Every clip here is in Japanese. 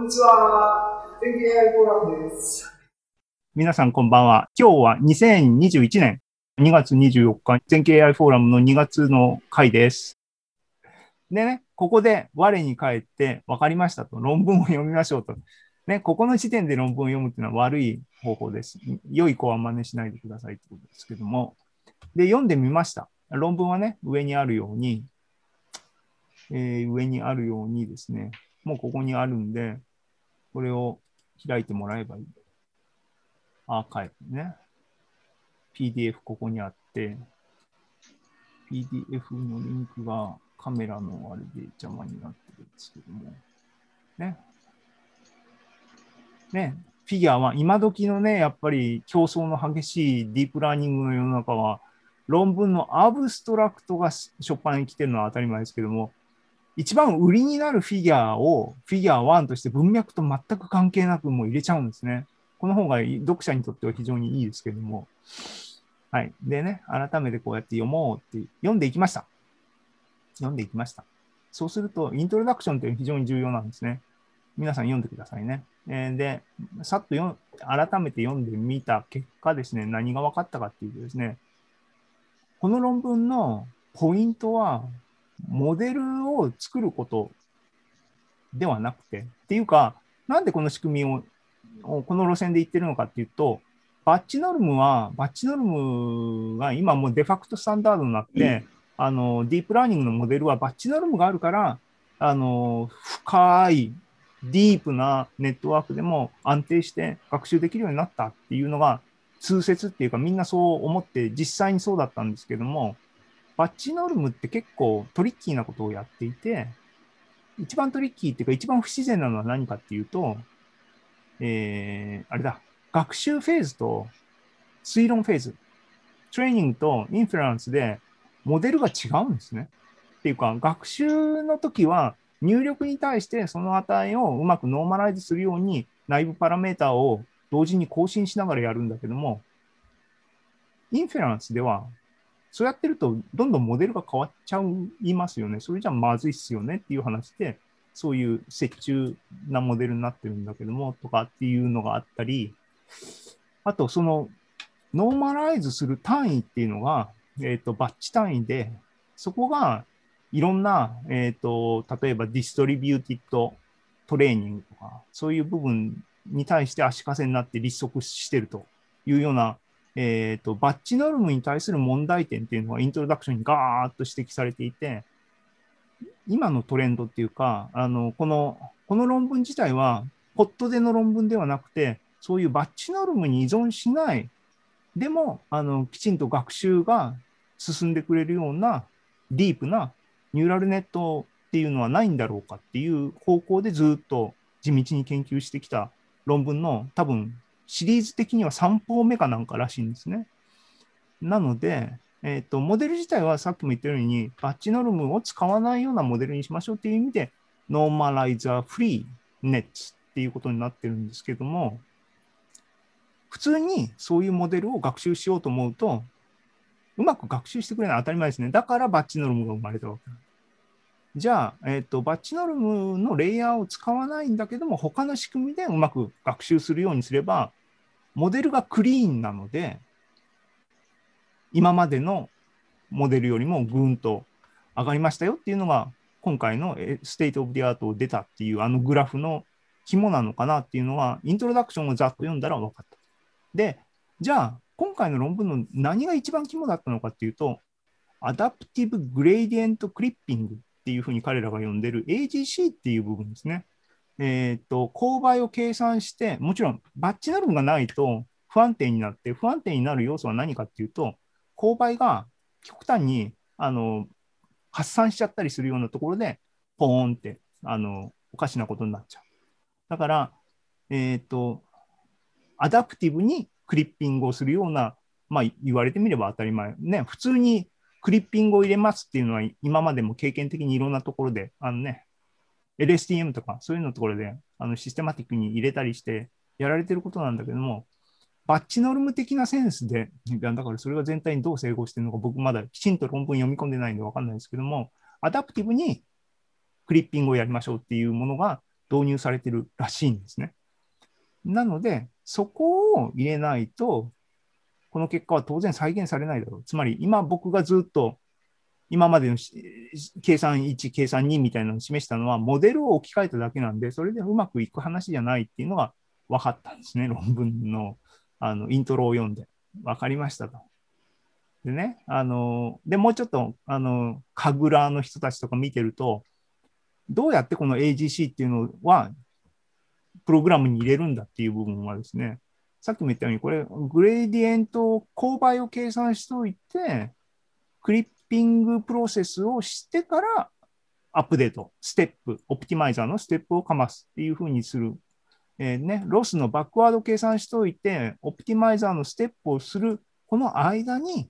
にちは。天気 AI フォーラムです。 皆さんこんばんは。今日は2021年2月24日、全経 AI フォーラムの2月の回です。でね、ここで我に返って分かりましたと、論文を読みましょうと。ね、ここの時点で論文を読むっていうのは悪い方法です。良い子は真似しないでくださいってことですけども。で、読んでみました。論文はね、上にあるようにですね、もうここにあるんで、これを開いてもらえばいい。アーカイブね。PDF ここにあって、PDF のリンクがカメラのあれで邪魔になってるんですけども。ね。ね。フィギュアは今時のね、やっぱり競争の激しいディープラーニングの世の中は、論文のアブストラクトが初っ端に来てるのは当たり前ですけども、一番売りになるフィギュアをフィギュア1として文脈と全く関係なくもう入れちゃうんですね。この方が読者にとっては非常にいいですけども。はい。でね、改めてこうやって読もうって読んでいきました。そうすると、イントロダクションって非常に重要なんですね。皆さん読んでくださいね。で、さっと改めて読んでみた結果ですね、何が分かったかっていうとですね、この論文のポイントは、モデルを作ることではなくて、っていうか、なんでこの仕組みをこの路線で言ってるのかっていうと、バッチノルムが今もうデファクトスタンダードになって、ディープラーニングのモデルはバッチノルムがあるから、深い、ディープなネットワークでも安定して学習できるようになったっていうのが通説っていうかみんなそう思って実際にそうだったんですけども、バッチノルムって結構トリッキーなことをやっていて、一番トリッキーっていうか一番不自然なのは何かっていうと、あれだ、学習フェーズと推論フェーズ、トレーニングとインフェランスでモデルが違うんですね。っていうか、学習の時は入力に対してその値をうまくノーマライズするように内部パラメータを同時に更新しながらやるんだけども、インフェランスではそうやってるとどんどんモデルが変わっちゃいますよね。それじゃまずいっすよねっていう話で、そういう折衷なモデルになってるんだけども、とかっていうのがあったり、あとそのノーマライズする単位っていうのが、バッチ単位で、そこがいろんな、例えばディストリビューティッドトレーニングとか、そういう部分に対して足かせになって立足しているというような、バッチノルムに対する問題点っていうのがイントロダクションにガーッと指摘されていて、今のトレンドっていうか、この論文自体は、ポットでの論文ではなくて、そういうバッチノルムに依存しないでもきちんと学習が進んでくれるようなディープなニューラルネットっていうのはないんだろうかっていう方向でずっと地道に研究してきた論文の多分シリーズ的には3法目かなんからしいんですね。なので、モデル自体はさっきも言ったようにバッチノルムを使わないようなモデルにしましょうっていう意味でノーマライザーフリーネッツっていうことになってるんですけども、普通にそういうモデルを学習しようと思うと、うまく学習してくれない当たり前ですね。だからバッチノルムが生まれたわけ。じゃあ、バッチノルムのレイヤーを使わないんだけども、他の仕組みでうまく学習するようにすれば、モデルがクリーンなので、今までのモデルよりもぐんと上がりましたよっていうのが、今回のステートオブディアートを出たっていうあのグラフの肝なのかなっていうのは、イントロダクションをざっと読んだら分かった。で、じゃあ、今回の論文の何が一番肝だったのかっていうと、アダプティブグレーディエントクリッピングっていうふうに彼らが呼んでる AGC っていう部分ですね。勾配を計算して、もちろんバッチノルムがないと不安定になって、不安定になる要素は何かっていうと、勾配が極端に発散しちゃったりするようなところで、ポーンっておかしなことになっちゃう。だから、アダプティブにクリッピングをするような、まあ、言われてみれば当たり前。ね、普通にクリッピングを入れますっていうのは、今までも経験的にいろんなところで、LSTM とかそういうのところで、システマティックに入れたりしてやられてることなんだけども、バッチノルム的なセンスで、だからそれが全体にどう整合してるのか、僕まだきちんと論文読み込んでないんで分かんないですけども、アダプティブにクリッピングをやりましょうっていうものが導入されてるらしいんですね。なので、そこを入れないと、この結果は当然再現されないだろう。つまり、今僕がずっと今までの計算1、計算2みたいなのを示したのは、モデルを置き換えただけなんで、それでうまくいく話じゃないっていうのが分かったんですね、論文のイントロを読んで。分かりましたと。でね、でもうちょっと、神楽の人たちとか見てると、どうやってこの AGC っていうのは、プログラムに入れるんだっていう部分はですね、さっきも言ったように、これ、グレーディエント勾配を計算しておいて、クリッピングプロセスをしてからアップデート、ステップ、オプティマイザーのステップをかますっていうふうにする。ロスのバックワード計算しておいて、オプティマイザーのステップをする、この間に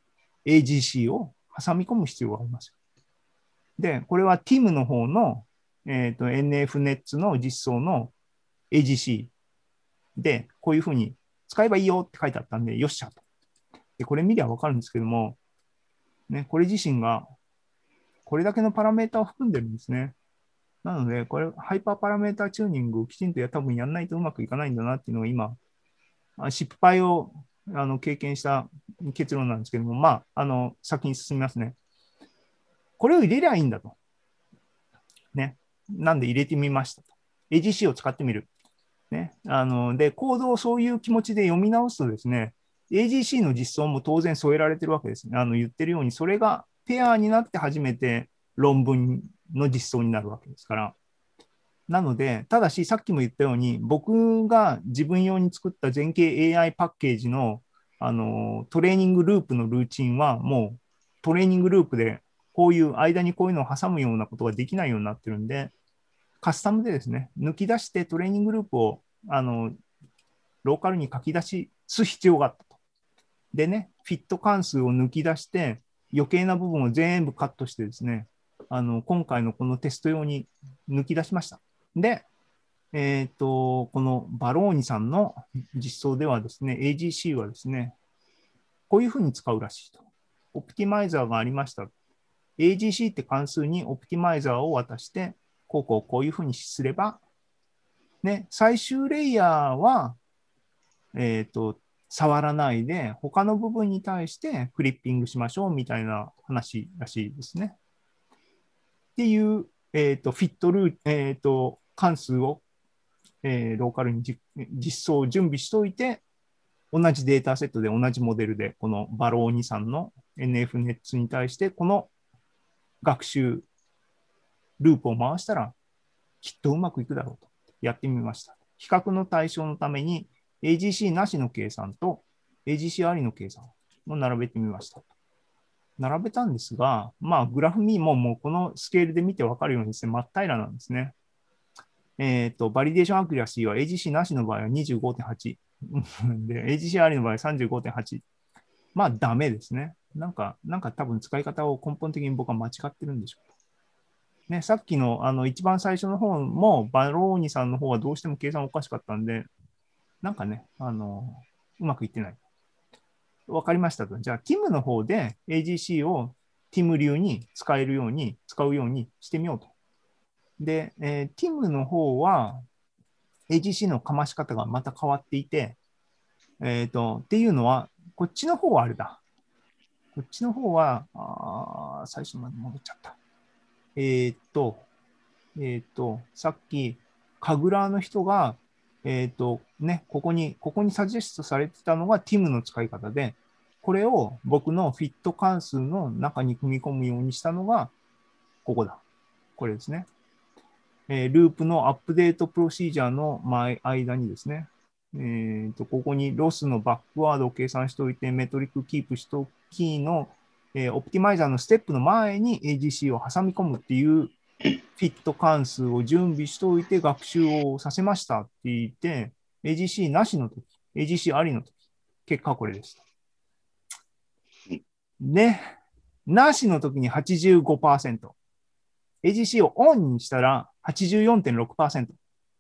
AGC を挟み込む必要があります。で、これは TIM の方の、NFNets の実装の AGC で、こういうふうに使えばいいよって書いてあったんで、よっしゃと。で、これ見りゃわかるんですけども、ね、これ自身がこれだけのパラメータを含んでるんですね。なので、これ、ハイパーパラメータチューニングをきちんと多分やらないとうまくいかないんだなっていうのが今、失敗を経験した結論なんですけども、まあ、先に進みますね。これを入れりゃいいんだと。ね。なんで入れてみましたと。AGC を使ってみる。ね。で、コードをそういう気持ちで読み直すとですね、AGC の実装も当然添えられてるわけですね。言ってるように、それがペアになって初めて論文の実装になるわけですから。なので、ただし、さっきも言ったように、僕が自分用に作った全景 AI パッケージの、トレーニングループのルーチンは、もうトレーニングループで、こういう間にこういうのを挟むようなことができないようになってるんで、カスタムでですね、抜き出してトレーニングループをローカルに書き出す必要があったと。でね、フィット関数を抜き出して、余計な部分を全部カットしてですね、今回のこのテスト用に抜き出しました。で、このバローニさんの実装ではですね、AGC はですね、こういうふうに使うらしいと。オプティマイザーがありました。AGC って関数にオプティマイザーを渡して、こういうふうにすれば、ね、最終レイヤーは、触らないで、他の部分に対してフリッピングしましょうみたいな話らしいですね。っていう、フィットルー、関数を、ローカルに実装を準備しておいて、同じデータセットで同じモデルで、このバローニさんの NFNets に対して、この学習ループを回したら、きっとうまくいくだろうとやってみました。比較の対象のために AGC なしの計算と AGC ありの計算を並べてみました。並べたんですが、まあ、グラフ見もうこのスケールで見て分かるようにですね、真っ平らなんですね。バリデーションアクリアシーは AGC なしの場合は 25.8 で、AGC ありの場合は 35.8。まあ、ダメですね。なんか多分使い方を根本的に僕は間違ってるんでしょう。ね、さっきの一番最初の方も、バローニさんの方はどうしても計算おかしかったんで、なんかね、うまくいってない。わかりましたと。じゃあ、TIM の方で AGC を TIM 流に使うようにしてみようと。で、TIM の方は AGC のかまし方がまた変わっていて、っていうのは、こっちの方はあれだ。こっちの方は、最初まで戻っちゃった。さっき、神楽の人が、ここにサジェストされてたのが TIM の使い方で、これを僕のフィット関数の中に組み込むようにしたのが、ここだ。これですね。ループのアップデートプロシージャーの間にですね、ここにロスのバックワードを計算しておいて、メトリックキープしときの、オプティマイザーのステップの前に AGC を挟み込むっていうフィット関数を準備しておいて学習をさせましたって言って、AGC なしのとき、AGC ありのとき、結果はこれです。で、なしのときに 85%、AGC をオンにしたら 84.6%。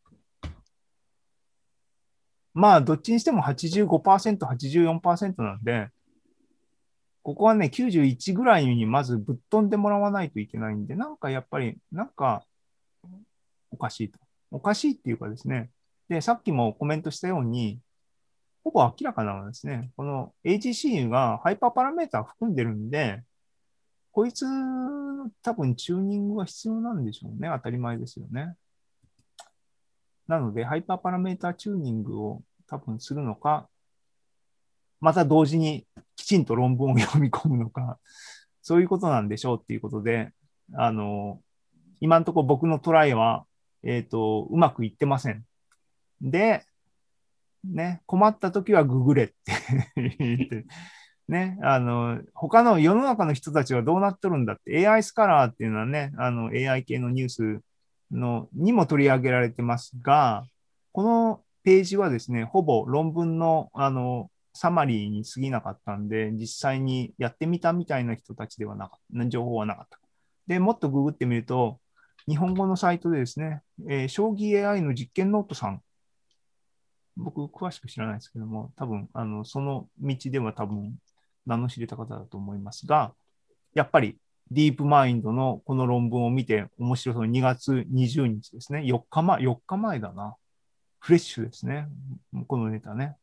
まあ、どっちにしても 85%、84% なんで、ここはね、91ぐらいにまずぶっ飛んでもらわないといけないんで、なんかやっぱり、なんかおかしいと。 おかしいっていうかですね、で、さっきもコメントしたように、ほぼ明らかなのはですね、この AGC がハイパーパラメーター含んでるんで、こいつ多分チューニングが必要なんでしょうね。当たり前ですよね。なので、ハイパーパラメータチューニングを多分するのか、また同時にきちんと論文を読み込むのか、そういうことなんでしょうっていうことで、今のところ僕のトライは、うまくいってません。で、ね、困った時はググれって言って、ね、他の世の中の人たちはどうなっとるんだって、AI スカラーっていうのはね、AI 系のニュースにも取り上げられてますが、このページはですね、ほぼ論文の、サマリーに過ぎなかったんで、実際にやってみたみたいな人たちではなかった、情報はなかった。で、もっとググってみると、日本語のサイトでですね、将棋 AI の実験ノートさん、僕詳しく知らないですけども、多分その道では多分名の知れた方だと思いますが、やっぱりディープマインドのこの論文を見て面白そう。2月20日ですね。4日前だな。フレッシュですね。このネタね。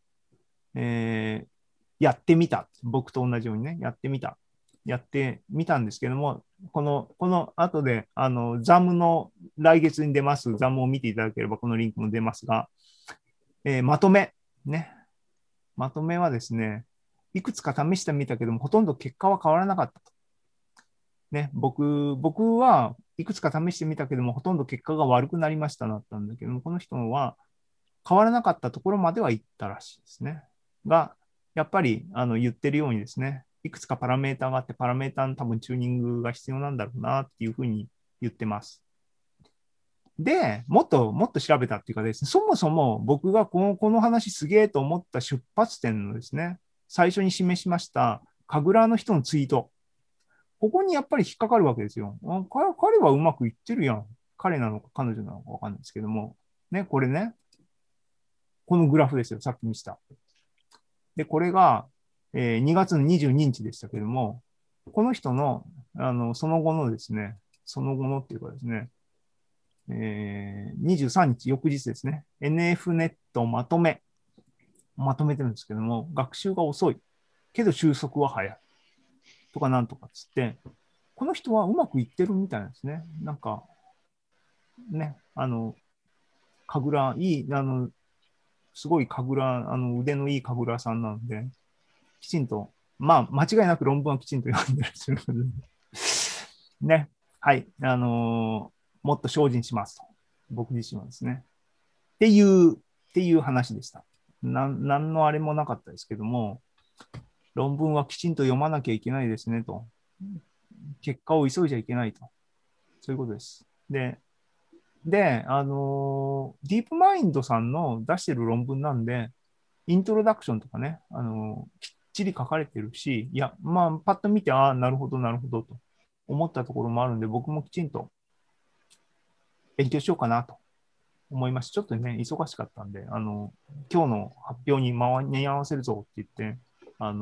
やってみた。僕と同じようにね、やってみた。やってみたんですけども、この後で、ザムの来月に出ます、ザムを見ていただければ、このリンクも出ますが、まとめ。ね。まとめはですね、いくつか試してみたけども、ほとんど結果は変わらなかったと。ね、僕はいくつか試してみたけども、ほとんど結果が悪くなりましたなったんだけども、この人は変わらなかったところまでは行ったらしいですね。が、やっぱり言ってるようにですね、いくつかパラメータがあって、パラメータの多分チューニングが必要なんだろうなっていうふうに言ってます。で、もっと調べたっていうかですね、そもそも僕がこの話すげえと思った出発点のですね、最初に示しました神楽の人のツイート。ここにやっぱり引っかかるわけですよ。彼はうまくいってるやん。彼なのか彼女なのかわかんないですけども。ね、これね、このグラフですよ。さっき見した。で、これが、2月の22日でしたけども、この人の、その後のですね、その後のっていうかですね、23日、翌日ですね、NF ネットまとめてるんですけども、学習が遅い。けど収束は早い。とかなんとかっつって、この人はうまくいってるみたいなんですね。なんか、ね、神楽、すごい神楽、腕のいい神楽さんなので、きちんと、まあ、間違いなく論文はきちんと読んでらっしゃるので、ね、はい、もっと精進しますと。僕自身はですね。っていう話でした。なんのあれもなかったですけども、論文はきちんと読まなきゃいけないですねと。結果を急いじゃいけないと。そういうことです。で、ディープマインドさんの出してる論文なんで、イントロダクションとかね、きっちり書かれてるし、いや、まあ、パッと見て、ああ、なるほど、なるほどと思ったところもあるんで、僕もきちんと勉強しようかなと思います。ちょっとね、忙しかったんで、今日の発表に間に合わせるぞって言って、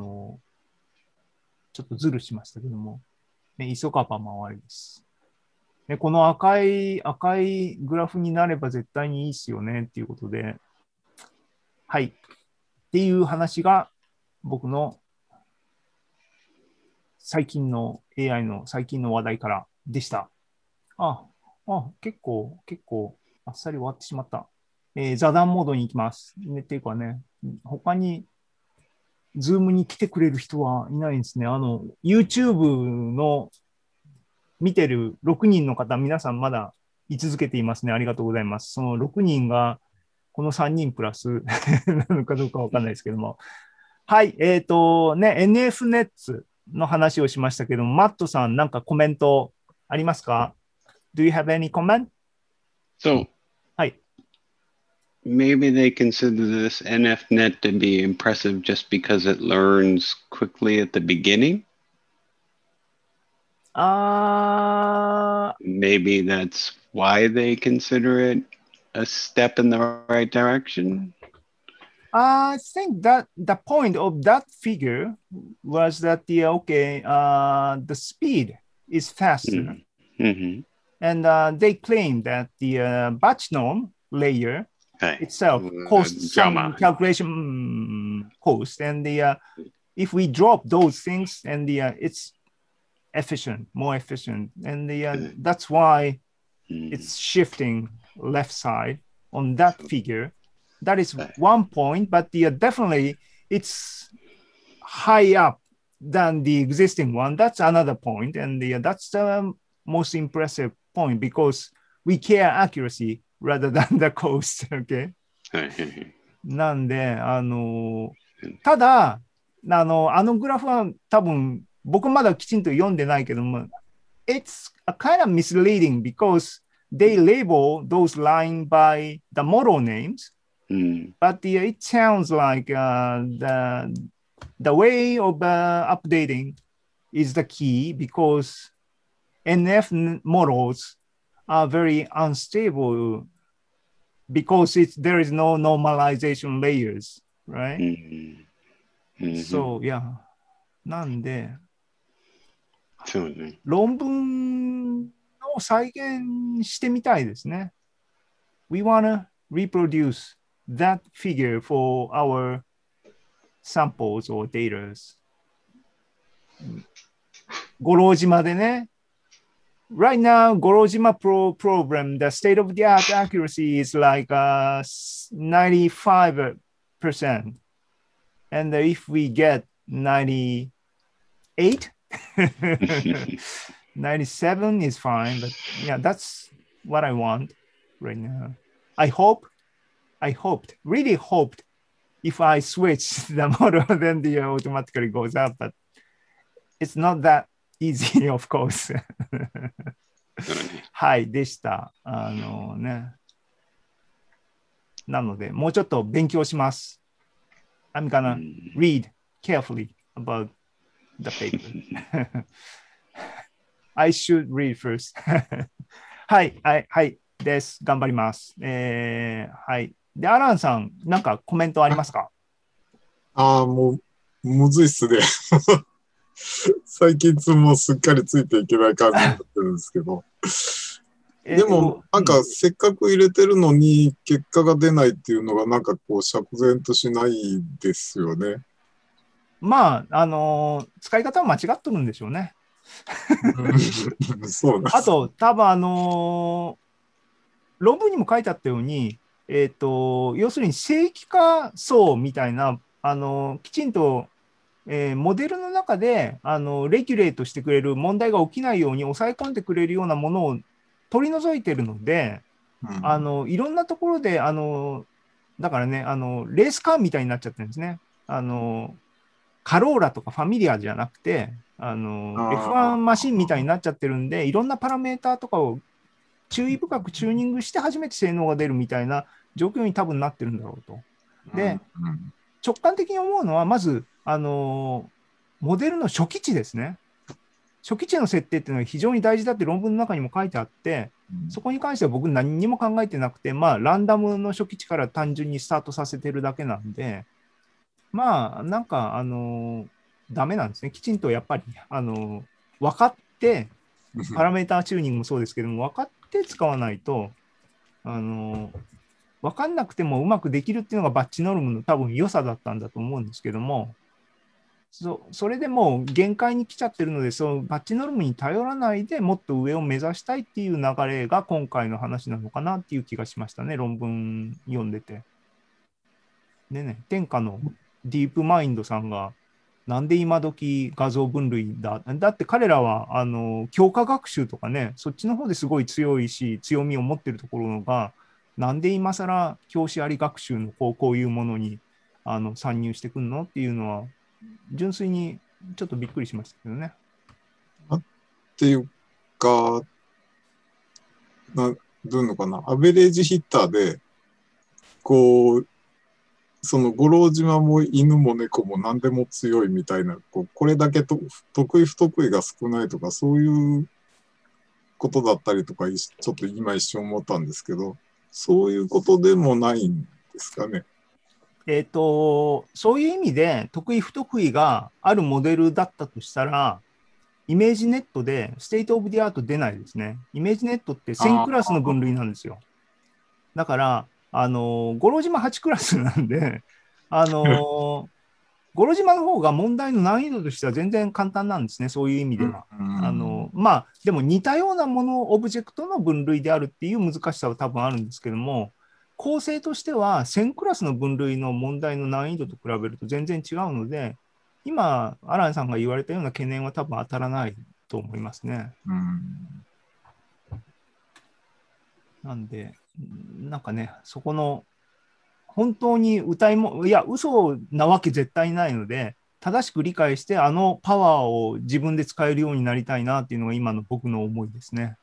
ちょっとズルしましたけども、ね、急がば回りです。で、この赤いグラフになれば絶対にいいですよねっていうことで、はい。っていう話が僕の最近の AI の最近の話題からでした。結構、あっさり終わってしまった。座談モードに行きます。ね、っていうかね、他に、ズームに来てくれる人はいないんですね。YouTube の見てる6人の方、皆さんまだ居続けていますね。ありがとうございます。その6人が、この3人プラスなのかどうかわかんないですけども。はい、NF ネッツの話をしましたけども、マットさん、なんかコメントありますか？ Do you have any comment? So はい。 maybe they consider this NFNet to be impressive just because it learns quickly at the beginning. Maybe that's why they consider it a step in the right direction. I think that the point of that figure was that the speed is faster, Mm-hmm. and they claim that the batch norm layer Right. itself costs Drama. some calculation cost, and if we drop those things, and it's efficient, more efficient, and that's why it's shifting left side on that figure. That is one point, but definitely it's high up than the existing one. That's another point, and that's the most impressive point because we care accuracy rather than the cost. Okay. なんで、ただ、あのグラフは多分僕まだきちんと読んでないけども、it's a kind of misleading because they label those lines by the model names, but it sounds like the way of updating is the key because NF models are very unstable because there is no normalization layers, right? So, yeah. なんで、論文を再現してみたいですね。We wanna reproduce that figure for our samples or data. 五郎島でね。Right now, Gorojima program, the state of the art accuracy is like 95%. And if we get 98, 97 is fine. But yeah, that's what I want right now. I really hoped if I switch the model, then the automatically goes up. But it's not that easy, of course. はい、でした。ね。なので、もうちょっと勉強します。I'm gonna read carefully about the paper. I should read first. はい、はい、はい、です。頑張ります。はい。で、アランさん、なんかコメントありますか？ もう、むずいっすね。最近もうすっかりついていけない感じになってるんですけど。でも、なんかせっかく入れてるのに結果が出ないっていうのがなんかこう釈然としないですよね。 まあ、使い方は間違っとるんでしょうね。 そうなんです。 あと、多分論文にも書いてあったように、要するに正規化層みたいな、きちんと、モデルの中でレギュレートしてくれる問題が起きないように抑え込んでくれるようなものを取り除いているので、いろんなところで、だからね、レースカーみたいになっちゃってるんですね。カローラとかファミリアじゃなくて、F1 マシンみたいになっちゃってるんで、いろんなパラメーターとかを注意深くチューニングして初めて性能が出るみたいな状況に多分なってるんだろうと。で、直感的に思うのは、まず、モデルの初期値ですね。初期値の設定っていうのは非常に大事だって論文の中にも書いてあって、そこに関しては僕何にも考えてなくて、まあ、ランダムの初期値から単純にスタートさせてるだけなんで、まあ、なんか、ダメなんですね。きちんとやっぱり、分かって、パラメーターチューニングもそうですけども、分かって使わないと、分かんなくてもうまくできるっていうのがバッチノルムの多分良さだったんだと思うんですけども、それでもう限界に来ちゃってるので、そのバッチノルムに頼らないでもっと上を目指したいっていう流れが今回の話なのかなっていう気がしましたね、論文読んでて。でね、天下のディープマインドさんが、なんで今時画像分類だって彼らは強化学習とかね、そっちの方ですごい強いし、強みを持ってるところが、なんで今更教師あり学習のこういうものに参入してくるのっていうのは、純粋にちょっとびっくりしましたけどね。 っていうか、どういうのかな、アベレージヒッターで、こう、その五郎島も犬も猫も何でも強いみたいな、これだけ得意不得意が少ないとか、そういうことだったりとか、ちょっと今一瞬思ったんですけど、そういうことでもないんですかね。 そういう意味で得意不得意があるモデルだったとしたら、イメージネットでステートオブディアート出ないですね。イメージネットって1000クラスの分類なんですよ。 だから、五郎島8クラスなんで、五郎島の方が問題の難易度としては全然簡単なんですね、そういう意味では。まあ、でも似たようなもの、オブジェクトの分類であるっていう難しさは多分あるんですけども、構成としては1000クラスの分類の問題の難易度と比べると全然違うので、今、アランさんが言われたような懸念は多分当たらないと思いますね。なんで、なんかね、そこの、本当にいや、嘘なわけ絶対ないので、正しく理解して、あのパワーを自分で使えるようになりたいなっていうのが今の僕の思いですね。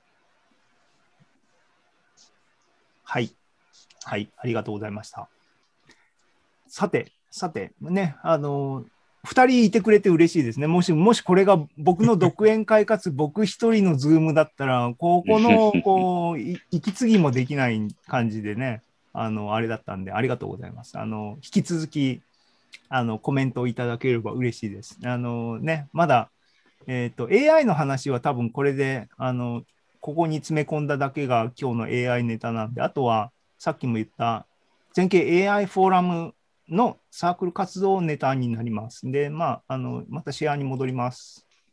はい。はい、ありがとうございました。さて、ね、2人いてくれて嬉しいですね。もしこれが僕の独演会かつ僕一人のズームだったら、ここの息継ぎもできない感じでね、あれだったんで、ありがとうございます。引き続きコメントをいただければ嬉しいです。ね、まだ、AI の話は多分これで、ここに詰め込んだだけが今日の AI ネタなんで、あとはさっきも言った全景 AI フォーラムのサークル活動ネタになります。で、まあ、またシェアに戻ります。